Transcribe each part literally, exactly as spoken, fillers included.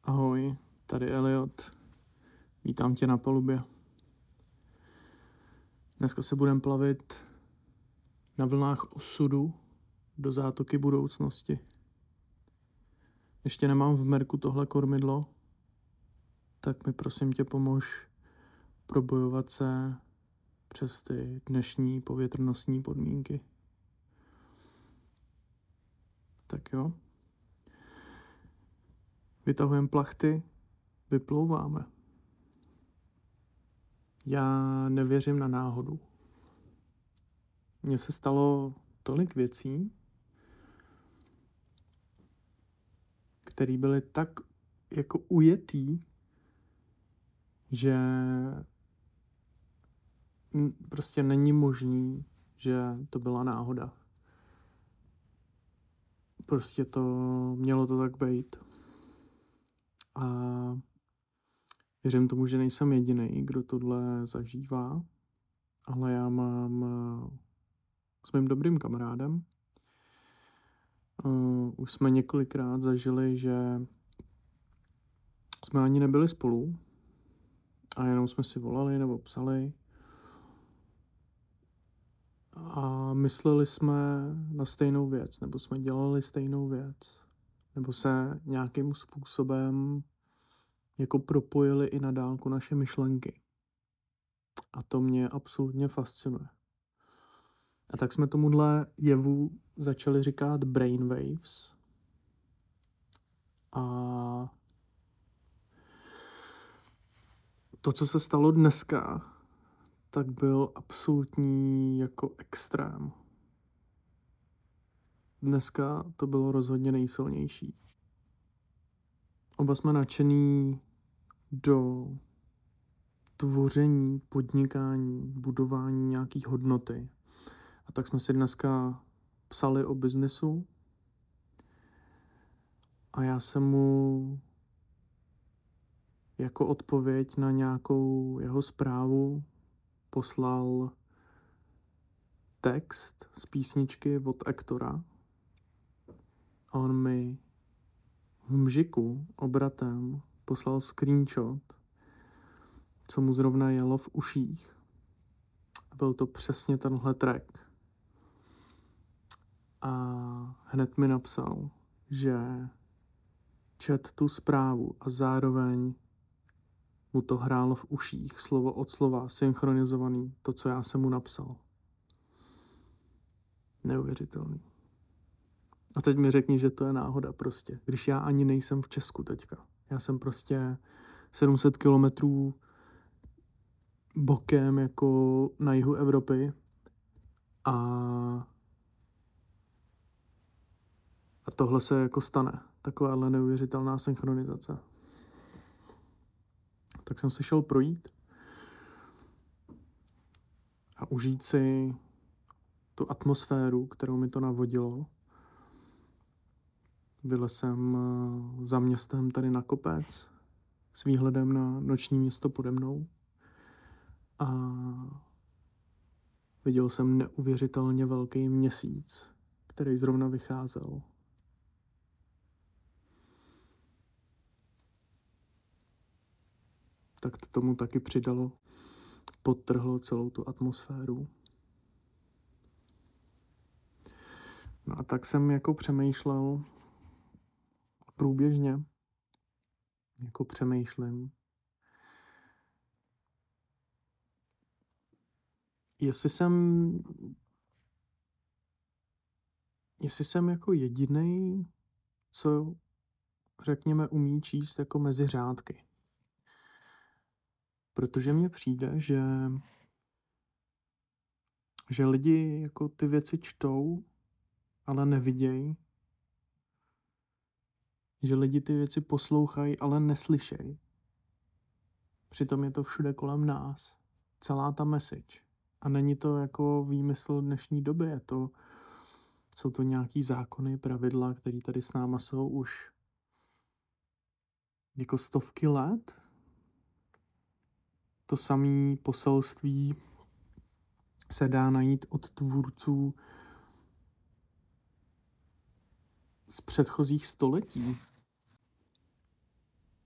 Ahoj, tady Elliot. Vítám tě na palubě. Dneska se budeme plavit na vlnách osudu do zátoky budoucnosti. Ještě nemám v merku tohle kormidlo, tak mi prosím tě pomož probojovat se přes ty dnešní povětrnostní podmínky. Tak jo. Vytahujeme plachty, vyplouváme. Já nevěřím na náhodu. Mně se stalo tolik věcí, které byly tak jako ujetý, že prostě není možný, že to byla náhoda. Prostě to mělo to tak být. A věřím tomu, že nejsem jediný, kdo tohle zažívá, ale já mám s mým dobrým kamarádem. Uh, už jsme několikrát zažili, že jsme ani nebyli spolu a jenom jsme si volali nebo psali a mysleli jsme na stejnou věc, nebo jsme dělali stejnou věc, nebo se nějakým způsobem jako propojili i na dálku naše myšlenky. A to mě absolutně fascinuje. A tak jsme tomuhle jevu začali říkat brainwaves. A to, co se stalo dneska, tak byl absolutní jako extrém. Dneska to bylo rozhodně nejsilnější. Oba jsme nadšený do tvoření, podnikání, budování nějaký hodnoty. A tak jsme si dneska psali o biznesu a já jsem mu jako odpověď na nějakou jeho zprávu poslal text z písničky od Ektora a on mi v mžiku obratem poslal screenshot, co mu zrovna jelo v uších. A byl to přesně tenhle track. A hned mi napsal, že čet tu zprávu a zároveň mu to hrálo v uších, slovo od slova, synchronizovaný, to, co já jsem mu napsal. Neuvěřitelný. A teď mi řekni, že to je náhoda prostě, když já ani nejsem v Česku teďka. Já jsem prostě sedm set kilometrů bokem jako na jihu Evropy a, a tohle se jako stane. Takováhle neuvěřitelná synchronizace. Tak jsem se šel projít a užít si tu atmosféru, kterou mi to navodilo. Vylez jsem za městem tady na kopec s výhledem na noční město pode mnou a viděl jsem neuvěřitelně velký měsíc, který zrovna vycházel. Tak to tomu taky přidalo, podtrhlo celou tu atmosféru. No a tak jsem jako přemýšlel průběžně, jako přemýšlím, jestli jsem, jestli jsem jako jedinej, co řekněme umí číst jako mezi řádky. Protože mně přijde, že, že lidi jako ty věci čtou, ale nevidějí. Že lidi ty věci poslouchají, ale neslyšejí. Přitom je to všude kolem nás. Celá ta message. A není to jako výmysl dnešní doby. Je to, jsou to nějaký zákony, pravidla, které tady s náma jsou už jako stovky let. To samé poselství se dá najít od tvůrců z předchozích století.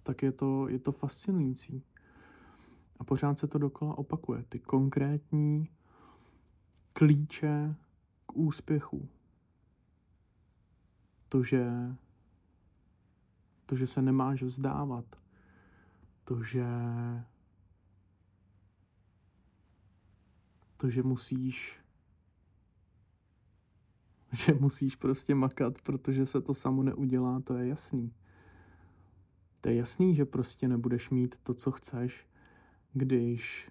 tak je to, je to fascinující. A pořád se to dokola opakuje. Ty konkrétní klíče k úspěchu. To, že, to, že se nemáš vzdávat. To, že to, že musíš že musíš prostě makat, protože se to samo neudělá, to je jasný. To je jasný, že prostě nebudeš mít to, co chceš, když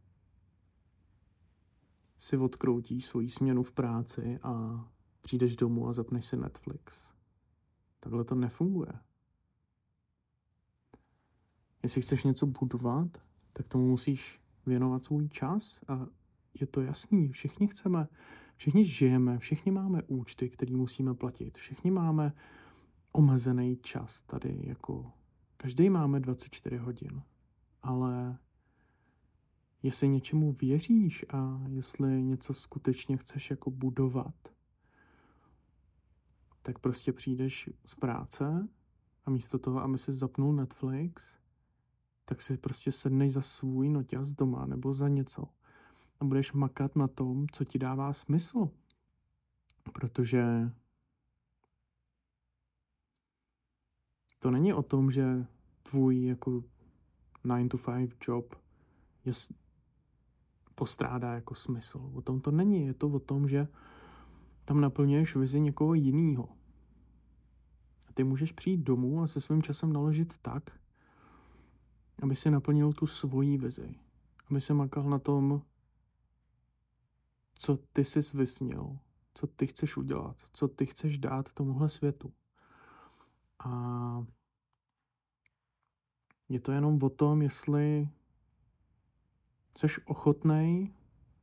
si odkroutíš svoji směnu v práci a přijdeš domů a zapneš si Netflix. Takhle to nefunguje. Jestli chceš něco budovat, tak tomu musíš věnovat svůj čas a je to jasný. Všichni chceme, všichni žijeme, všichni máme účty, které musíme platit. Všichni máme omezený čas tady, jako každý máme dvacet čtyři hodin. Ale jestli něčemu věříš a jestli něco skutečně chceš jako budovat, tak prostě přijdeš z práce a místo toho, aby si zapnul Netflix, tak si prostě sedneš za svůj noťaz doma nebo za něco a budeš makat na tom, co ti dává smysl. Protože to není o tom, že tvůj jako nine to five job je, postrádá jako smysl. O tom to není. Je to o tom, že tam naplňuješ vizi někoho jiného. A ty můžeš přijít domů a se svým časem naložit tak, aby si naplnil tu svoji vizi. Aby si makal na tom, co ty jsi vysnil, co ty chceš udělat, co ty chceš dát tomuhle světu. A je to jenom o tom, jestli jsi ochotnej,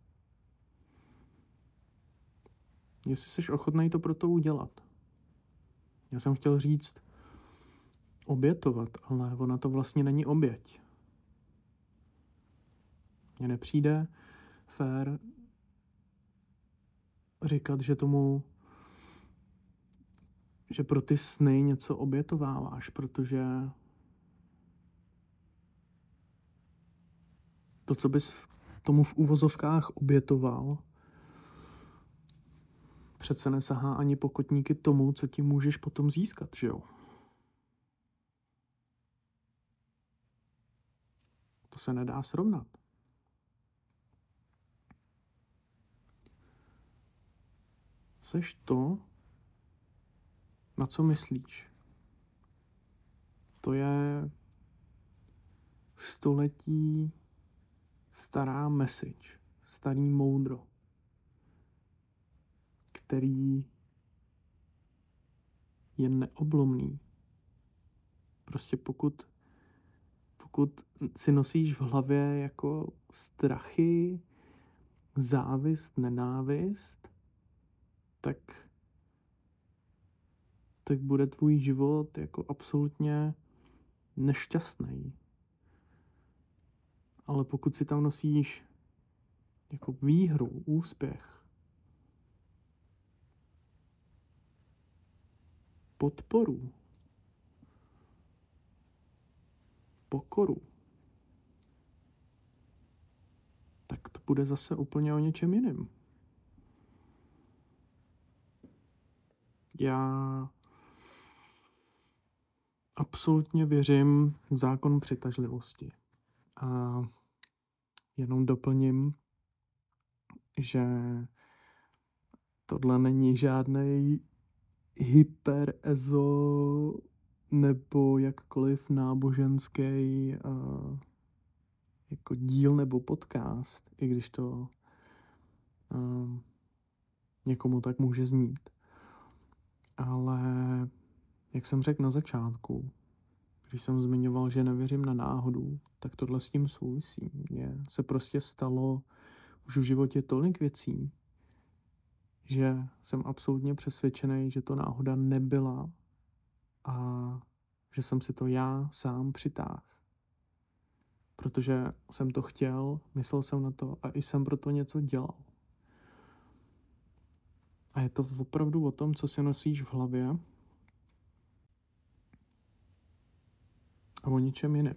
jestli jsi ochotnej to pro to udělat. Já jsem chtěl říct obětovat, ale ona to vlastně není oběť. Mně nepřijde fér říkat, že tomu, že pro ty sny něco obětováváš, protože to, co bys tomu v uvozovkách obětoval, přece nesahá ani pokotníky tomu, co ti můžeš potom získat, že jo? To se nedá srovnat. Seš to, na co myslíš. To je století stará message, starý moudro, který je neoblomný. Prostě pokud, pokud si nosíš v hlavě jako strachy, závist, nenávist, tak, tak bude tvůj život jako absolutně nešťastný. Ale pokud si tam nosíš jako výhru, úspěch, podporu, pokoru, tak to bude zase úplně o něčem jiném. Já absolutně věřím v zákon přitažlivosti. A jenom doplním, že tohle není žádnej hyperezo nebo jakkoliv náboženský uh, jako díl nebo podcast, i když to uh, někomu tak může znít. Ale jak jsem řekl na začátku, když jsem zmiňoval, že nevěřím na náhodu, tak tohle s tím souvisí. Mně se prostě stalo už v životě tolik věcí, že jsem absolutně přesvědčený, že to náhoda nebyla a že jsem si to já sám přitáhl. Protože jsem to chtěl, myslel jsem na to a i jsem pro to něco dělal. A je to opravdu o tom, co si nosíš v hlavě a o ničem jiném.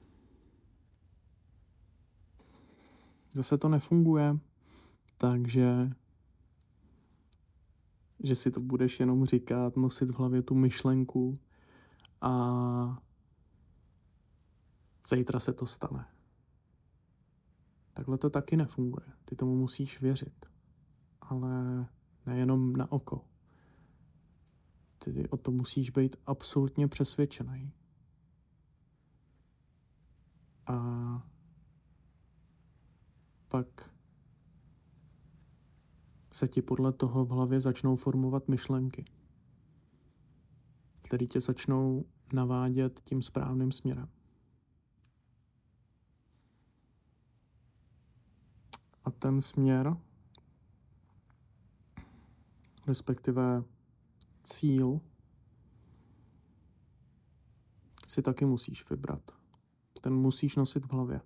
Zase to nefunguje, takže že si to budeš jenom říkat, nosit v hlavě tu myšlenku a zítra se to stane. Takhle to taky nefunguje. Ty tomu musíš věřit. Ale nejenom na oko. Ty o tom musíš být absolutně přesvědčený. A pak se ti podle toho v hlavě začnou formovat myšlenky, které tě začnou navádět tím správným směrem. A ten směr, respektive cíl, si taky musíš vybrat. Ten musíš nosit v hlavě.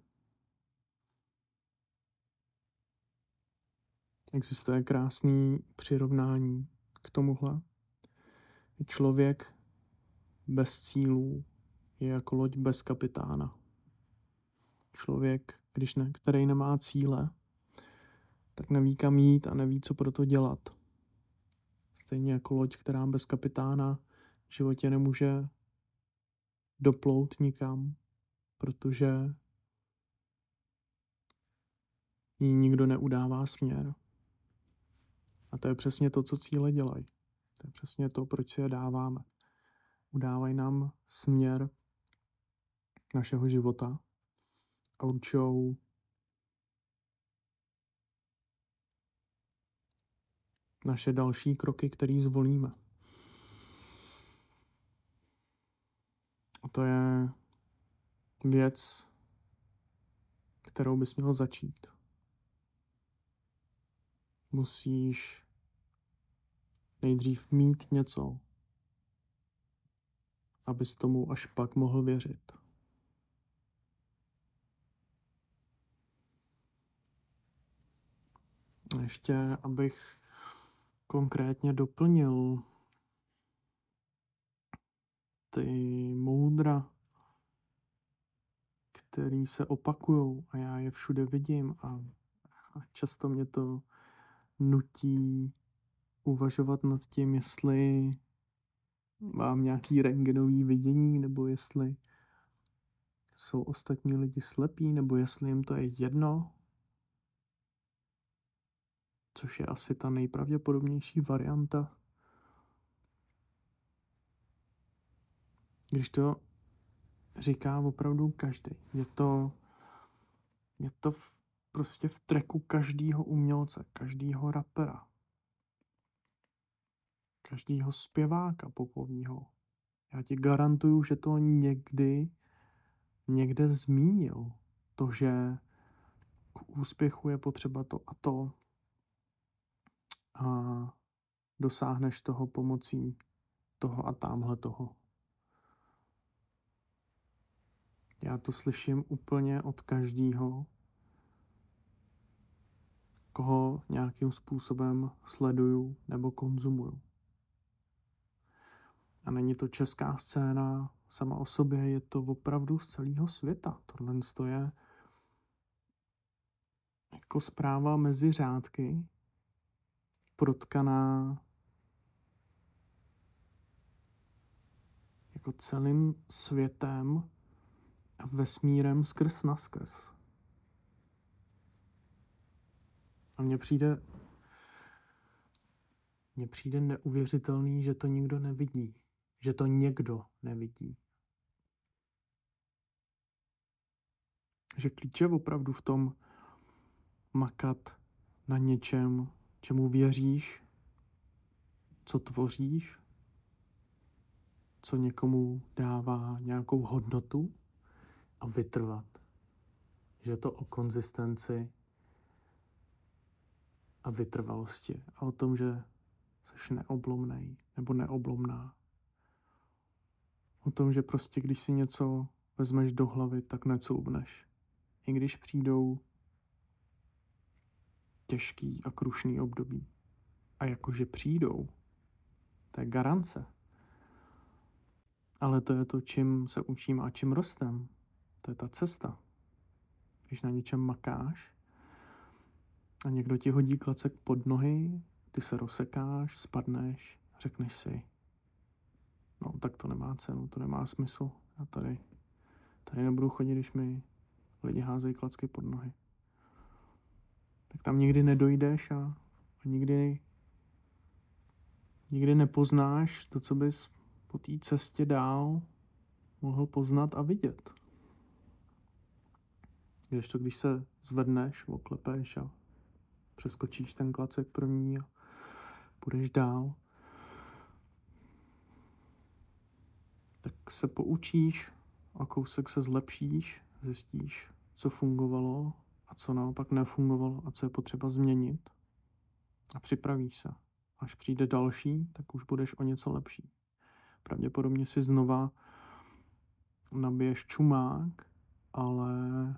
Existuje krásný přirovnání k tomuhle. Člověk bez cílů je jako loď bez kapitána. Člověk, když ne, který nemá cíle, tak neví kam jít a neví, co pro to dělat. Stejně jako loď, která bez kapitána v životě nemůže doplout nikam, protože jí nikdo neudává směr. A to je přesně to, co cíle dělají. To je přesně to, proč si je dáváme. Udávají nám směr našeho života a určují naše další kroky, které zvolíme. A to je věc, kterou bys měl začít. Musíš nejdřív mít něco, abys tomu až pak mohl věřit. Ještě, abych konkrétně doplnil ty moudra, který se opakujou a já je všude vidím a, a často mě to nutí uvažovat nad tím, jestli mám nějaký rentgenový vidění, nebo jestli jsou ostatní lidi slepí, nebo jestli jim to je jedno, což je asi ta nejpravděpodobnější varianta. Když to říká opravdu každý. Je to, je to v, prostě v treku každýho umělce, každýho rapera, každýho zpěváka popovního. Já ti garantuju, že to někdy někde zmínil. To, že k úspěchu je potřeba to a to a dosáhneš toho pomocí toho a tamhle toho. Já to slyším úplně od každýho, koho nějakým způsobem sleduju nebo konzumuju. A není to česká scéna sama o sobě, je to opravdu z celého světa. Tohle je jako zpráva mezi řádky, protkaná jako celým světem a vesmírem skrz naskrz. A mně přijde, mně přijde neuvěřitelný, že to nikdo nevidí. Že to někdo nevidí. Že klíč je opravdu v tom makat na něčem, čemu věříš, co tvoříš, co někomu dává nějakou hodnotu a vytrvat. Že je to o konzistenci a vytrvalosti a o tom, že jsi neoblomnej nebo neoblomná. O tom, že prostě když si něco vezmeš do hlavy, tak necouvneš. I když přijdou těžký a krušný období. A jakože přijdou, to je garance. Ale to je to, čím se učím a čím rostem. To je ta cesta. Když na něčem makáš a někdo ti hodí klacek pod nohy, ty se rozsekáš, spadneš, řekneš si, no tak to nemá cenu, to nemá smysl. Já tady, tady nebudu chodit, když mi lidi házejí klacky pod nohy. Tak tam nikdy nedojdeš a, a nikdy, nikdy nepoznáš to, co bys po té cestě dál mohl poznat a vidět. Když to, když se zvedneš, oklepeš a přeskočíš ten klacek první a půjdeš dál, tak se poučíš a kousek se zlepšíš, zjistíš, co fungovalo a co naopak nefungovalo a co je potřeba změnit a připravíš se. Až přijde další, tak už budeš o něco lepší. Pravděpodobně si znova nabiješ čumák, ale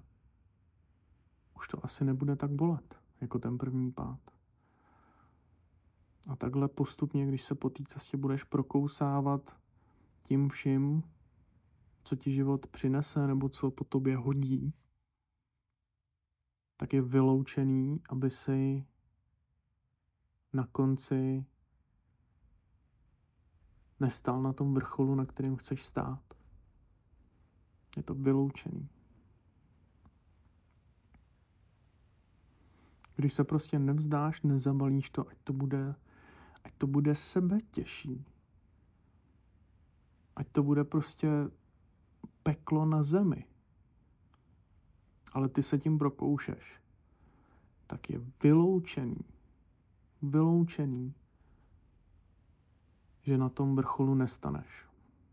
už to asi nebude tak bolet, jako ten první pád. A takhle postupně, když se po té cestě budeš prokousávat tím vším, co ti život přinese nebo co po tobě hodí, tak je vyloučený, aby si na konci nestál na tom vrcholu, na kterém chceš stát. Je to vyloučený. Když se prostě nevzdáš, nezabalíš to, ať to bude, ať to bude sebetěžší. Ať to bude prostě peklo na zemi. Ale ty se tím prokoušeš. Tak je vyloučený. Vyloučený, že na tom vrcholu nestaneš.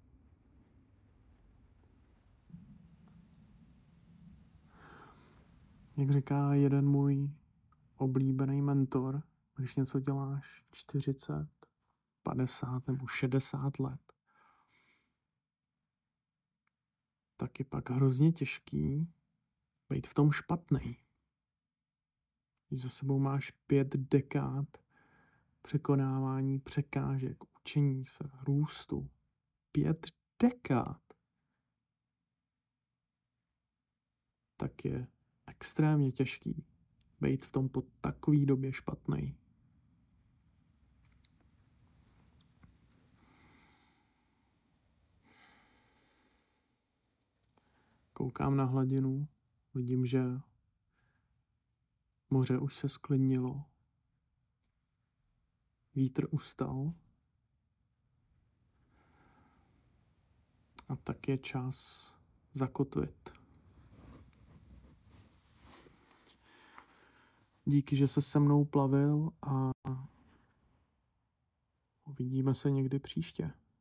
Jak říká jeden můj oblíbený mentor, když něco děláš čtyřicet, padesát nebo šedesát let, tak je pak hrozně těžký být v tom špatnej. Když za sebou máš pět dekád překonávání překážek, učení se, růstu. Pět dekád. Tak je extrémně těžký být v tom po takový době špatnej. Koukám na hladinu, vidím, že moře už se sklidnilo. Vítr ustal. A tak je čas zakotvit. Díky, že se se mnou plavil a uvidíme se někdy příště.